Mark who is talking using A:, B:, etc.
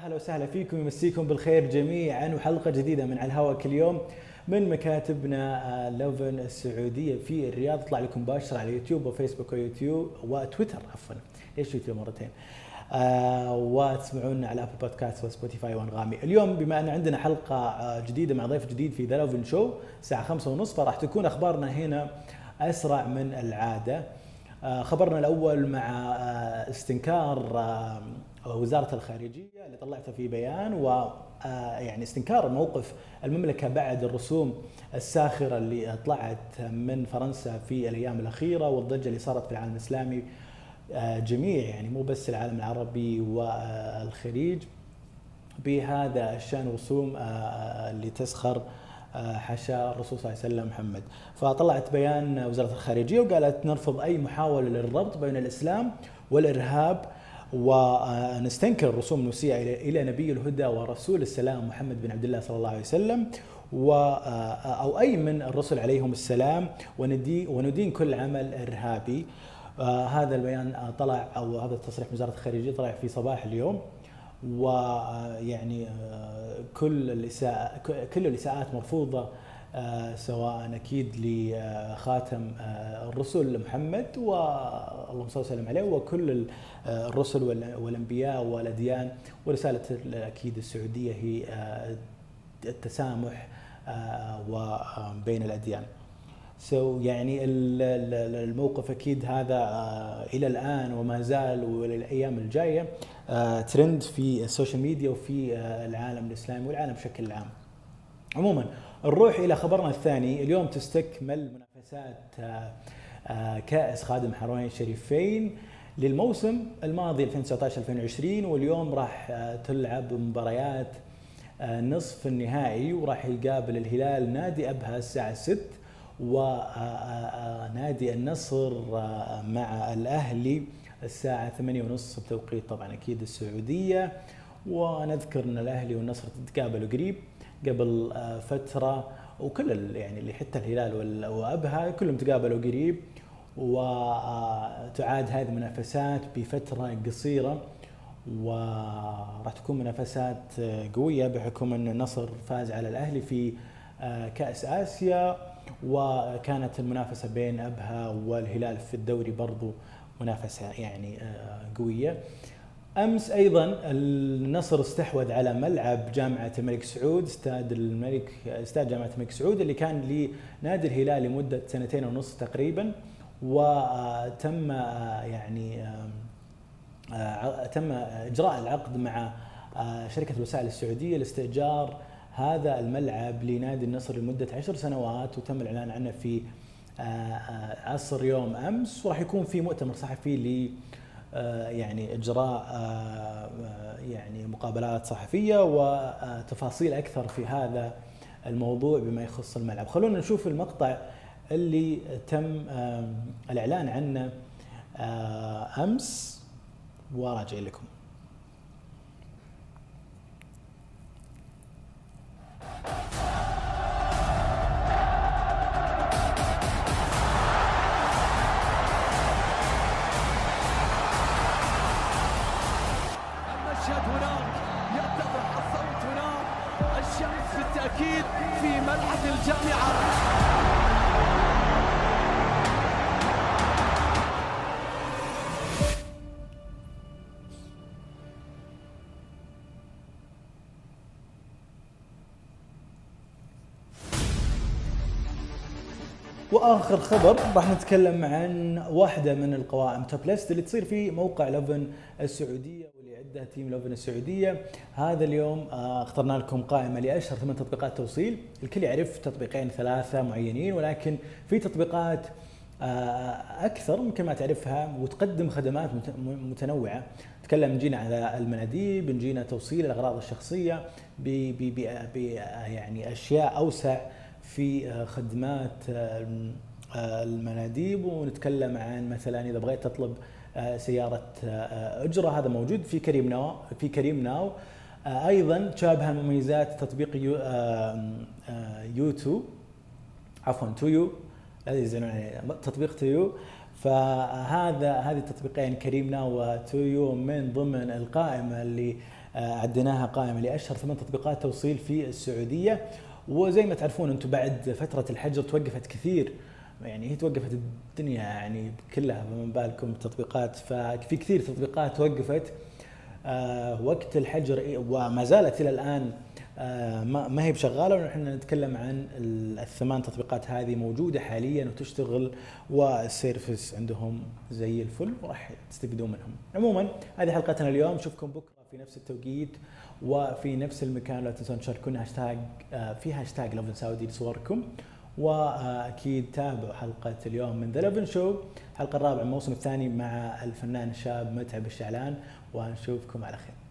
A: اهلا وسهلا فيكم، يمسيكم بالخير جميعا وحلقه جديده من على الهواء كل يوم من مكاتبنا لوفن السعوديه في الرياض. تطلع لكم مباشره على يوتيوب وفيسبوك ويوتيوب وتويتر، عفوا ايش يوتيوب مرتين. وتسمعونا على ابل بودكاست وسبوتيفاي وانغامي. اليوم بما ان عندنا حلقه جديده مع ضيف جديد في ذا لوفن شو الساعه 5:30، فراح تكون اخبارنا هنا اسرع من العاده. خبرنا الأول مع استنكار وزارة الخارجية اللي طلعته في بيان، ويعني استنكار موقف المملكة بعد الرسوم الساخرة اللي طلعت من فرنسا في الأيام الأخيرة والضجة اللي صارت في العالم الإسلامي جميع، يعني مو بس العالم العربي والخليج، بهذا الشأن، رسوم اللي تسخر حاشا الرسول صلى الله عليه وسلم محمد. فطلعت بيان وزارة الخارجية وقالت نرفض أي محاولة للربط بين الإسلام والإرهاب، ونستنكر الرسوم المسيئة إلى نبي الهدى ورسول السلام محمد بن عبد الله صلى الله عليه وسلم أو أي من الرسل عليهم السلام، وندين كل عمل إرهابي. هذا البيان طلع، أو هذا التصريح من وزارة الخارجية طلع في صباح اليوم، ويعني كل الإساءات مرفوضة، سواء أكيد لخاتم الرسل محمد واللهم صل وسلم عليه وكل الرسل والأنبياء والأديان. ورسالة أكيد السعودية هي التسامح وبين الأديان. يعني الموقف أكيد هذا إلى الآن وما زال وللأيام الجاية ترند في السوشيال ميديا وفي العالم الإسلامي والعالم بشكل عام. عموما نروح إلى خبرنا الثاني. اليوم تستكمل منافسات كأس خادم الحرمين الشريفين للموسم الماضي 2019-2020، واليوم راح تلعب مباريات نصف النهائي، وراح يقابل الهلال نادي أبها الساعة 6، ونادي النصر مع الأهلي الساعة 8:30 بتوقيت طبعا أكيد السعودية. ونذكر أن الأهلي والنصر تتقابلوا قريب قبل فترة، وكل يعني اللي حتى الهلال وأبها كلهم تقابلوا قريب، وتعاد هذه المنافسات بفترة قصيرة، وراح تكون منافسات قوية بحكم أن النصر فاز على الأهلي في كأس آسيا، وكانت المنافسة بين أبها والهلال في الدوري برضو منافسة يعني قوية. أمس أيضا النصر استحوذ على ملعب جامعة الملك سعود، استاد جامعة الملك سعود اللي كان لنادي الهلال لمدة 2.5 سنين تقريبا، وتم يعني تم إجراء العقد مع شركة الوسائل السعودية لاستئجار هذا الملعب لنادي النصر لمدة 10 سنوات، وتم الإعلان عنه في عصر يوم أمس، وراح يكون في مؤتمر صحفي ل يعني إجراء يعني مقابلات صحفية وتفاصيل أكثر في هذا الموضوع بما يخص الملعب. خلونا نشوف المقطع اللي تم الإعلان عنه أمس وراجع لكم.
B: بالتأكيد في ملعب الجامعة.
A: واخر خبر راح نتكلم عن واحده من القوائم توب ليست اللي تصير في موقع لوفن السعوديه واللي عندها تيم لوفن السعوديه. هذا اليوم اخترنا لكم قائمه لاشهر 8 تطبيقات توصيل. الكل يعرف تطبيقين 3 معينين، ولكن في تطبيقات اكثر ممكن ما تعرفها وتقدم خدمات متنوعه. نتكلم نجينا على المناديب، نجينا توصيل الاغراض الشخصيه يعني اشياء اوسع في خدمات المناديب، ونتكلم عن مثلا إذا بغيت تطلب سيارة أجرة، هذا موجود في كريم ناو. أيضا تشابه مميزات تطبيق تويو، لا يزعلون عليه، تطبيق تويو. هذه التطبيقين كريم ناو وتويو من ضمن القائمة اللي عديناها قائمة لأشهر 8 تطبيقات توصيل في السعودية. وزي ما تعرفون أنتم بعد فترة الحجر توقفت كثير، يعني هي توقفت الدنيا يعني كلها، فما بالكم التطبيقات. ففي كثير تطبيقات توقفت وقت الحجر وما زالت إلى الآن ما هي بشغالة. ونحن نتكلم عن الثمان تطبيقات هذه موجودة حاليا وتشتغل، والسيرفس عندهم زي الفل وراح تستفيدون منهم. عموما هذه حلقتنا اليوم، نشوفكم بكرة في نفس التوقيت وفي نفس المكان. لا تنسون تشاركونا في هاشتاج لوفن سعودي لصوركم، واكيد تابعوا حلقة اليوم من ذا لوفن شو، الحلقة الرابعة من الموسم الثاني مع الفنان الشاب متعب الشعلان، ونشوفكم على خير.